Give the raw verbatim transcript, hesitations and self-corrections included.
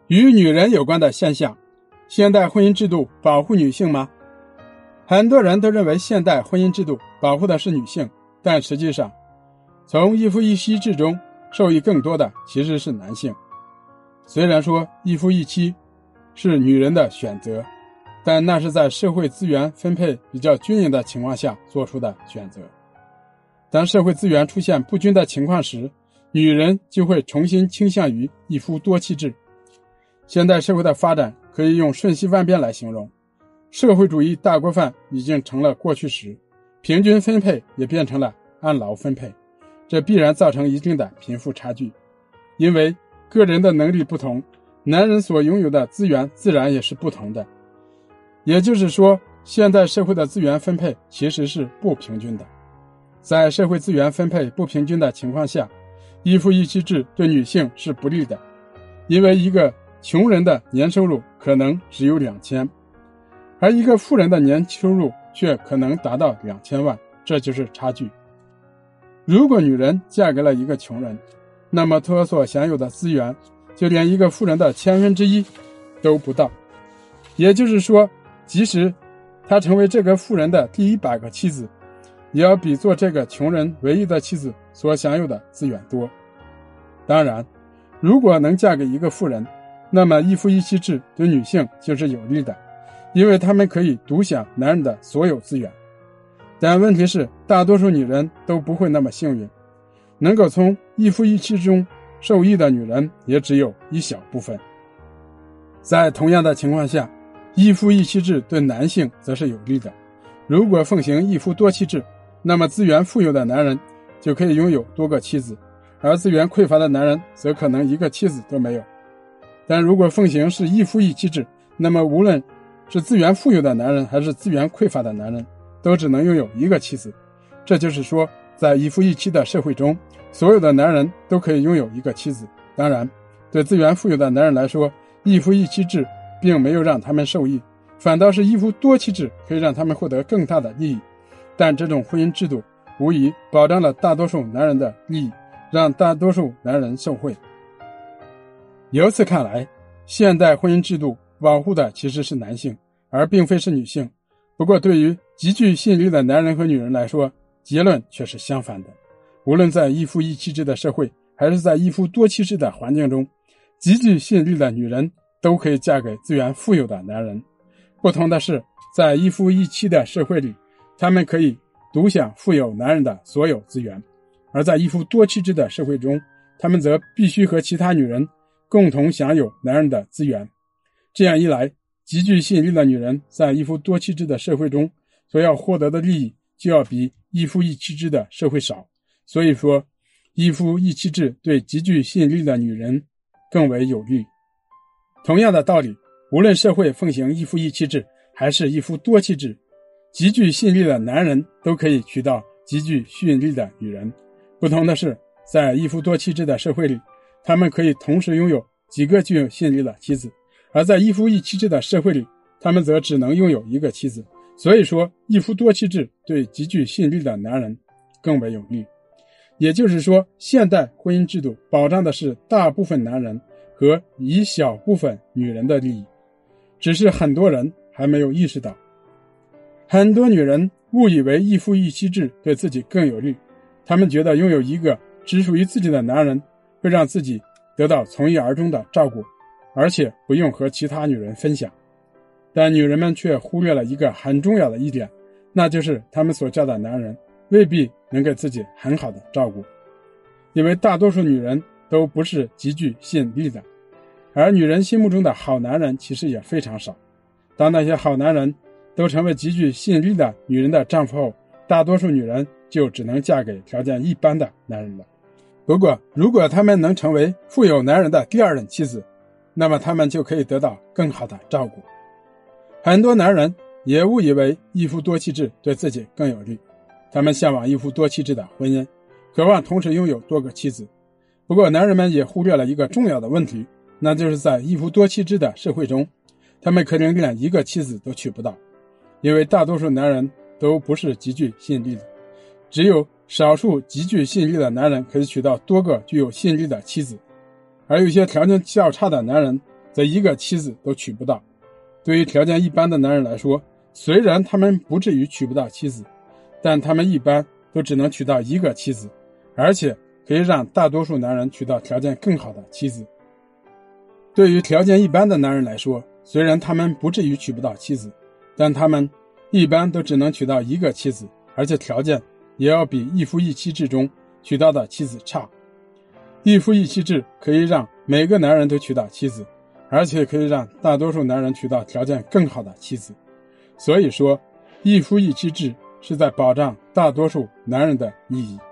与女人有关的现象，现代婚姻制度保护女性吗？很多人都认为现代婚姻制度保护的是女性，但实际上，从一夫一妻制中受益更多的其实是男性。虽然说一夫一妻是女人的选择，但那是在社会资源分配比较均匀的情况下做出的选择。当社会资源出现不均的情况时，女人就会重新倾向于一夫多妻制。现代社会的发展可以用瞬息万变来形容，社会主义大锅饭已经成了过去时，平均分配也变成了按劳分配，这必然造成一定的贫富差距。因为个人的能力不同，男人所拥有的资源自然也是不同的。也就是说，现代社会的资源分配其实是不平均的。在社会资源分配不平均的情况下，一夫一妻制对女性是不利的，因为一个穷人的年收入可能只有两千，而一个富人的年收入却可能达到两千万，这就是差距。如果女人嫁给了一个穷人，那么她所享有的资源就连一个富人的千分之一都不到。也就是说，即使她成为这个富人的第一百个妻子，也要比做这个穷人唯一的妻子所享有的资源多。当然，如果能嫁给一个富人，那么一夫一妻制对女性就是有利的，因为她们可以独享男人的所有资源。但问题是，大多数女人都不会那么幸运，能够从一夫一妻中受益的女人也只有一小部分。在同样的情况下，一夫一妻制对男性则是有利的。如果奉行一夫多妻制，那么资源富有的男人就可以拥有多个妻子，而资源匮乏的男人则可能一个妻子都没有。但如果奉行是一夫一妻制，那么无论是资源富有的男人还是资源匮乏的男人，都只能拥有一个妻子。这就是说，在一夫一妻的社会中，所有的男人都可以拥有一个妻子。当然，对资源富有的男人来说，一夫一妻制并没有让他们受益，反倒是一夫多妻制可以让他们获得更大的利益。但这种婚姻制度无疑保障了大多数男人的利益，让大多数男人受惠。由此看来，现代婚姻制度保护的其实是男性，而并非是女性。不过对于极具吸引力的男人和女人来说，结论却是相反的。无论在一夫一妻制的社会，还是在一夫多妻制的环境中，极具吸引力的女人都可以嫁给资源富有的男人。不同的是，在一夫一妻的社会里，他们可以独享富有男人的所有资源，而在一夫多妻制的社会中，他们则必须和其他女人共同享有男人的资源。这样一来，极具吸引力的女人在一夫多妻制的社会中所要获得的利益就要比一夫一妻制的社会少。所以说，一夫一妻制对极具吸引力的女人更为有利。同样的道理，无论社会奉行一夫一妻制还是一夫多妻制，极具吸引力的男人都可以娶到极具吸引力的女人。不同的是，在一夫多妻制的社会里，他们可以同时拥有几个具有吸引力的妻子，而在一夫一妻制的社会里，他们则只能拥有一个妻子。所以说，一夫多妻制对极具吸引力的男人更为有利。也就是说，现代婚姻制度保障的是大部分男人和一小部分女人的利益，只是很多人还没有意识到。很多女人误以为一夫一妻制对自己更有利，她们觉得拥有一个只属于自己的男人会让自己得到从一而终的照顾，而且不用和其他女人分享。但女人们却忽略了一个很重要的一点，那就是她们所嫁的男人未必能给自己很好的照顾。因为大多数女人都不是极具吸引力的，而女人心目中的好男人其实也非常少。当那些好男人都成为极具吸引力的女人的丈夫后，大多数女人就只能嫁给条件一般的男人了。不过，如果她们能成为富有男人的第二任妻子，那么她们就可以得到更好的照顾。很多男人也误以为一夫多妻制对自己更有利，他们向往一夫多妻制的婚姻，渴望同时拥有多个妻子。不过男人们也忽略了一个重要的问题，那就是在一夫多妻制的社会中，他们可能连一个妻子都娶不到。因为大多数男人都不是极具吸引力的，只有少数极具吸引力的男人可以娶到多个具有吸引力的妻子，而有些条件较差的男人则一个妻子都娶不到。对于条件一般的男人来说，虽然他们不至于娶不到妻子，但他们一般都只能娶到一个妻子，而且可以让大多数男人娶到条件更好的妻子。对于条件一般的男人来说，虽然他们不至于娶不到妻子，但他们一般都只能娶到一个妻子，而且条件也要比一夫一妻制中娶到的妻子差。一夫一妻制可以让每个男人都娶到妻子，而且可以让大多数男人娶到条件更好的妻子。所以说，一夫一妻制是在保障大多数男人的利益。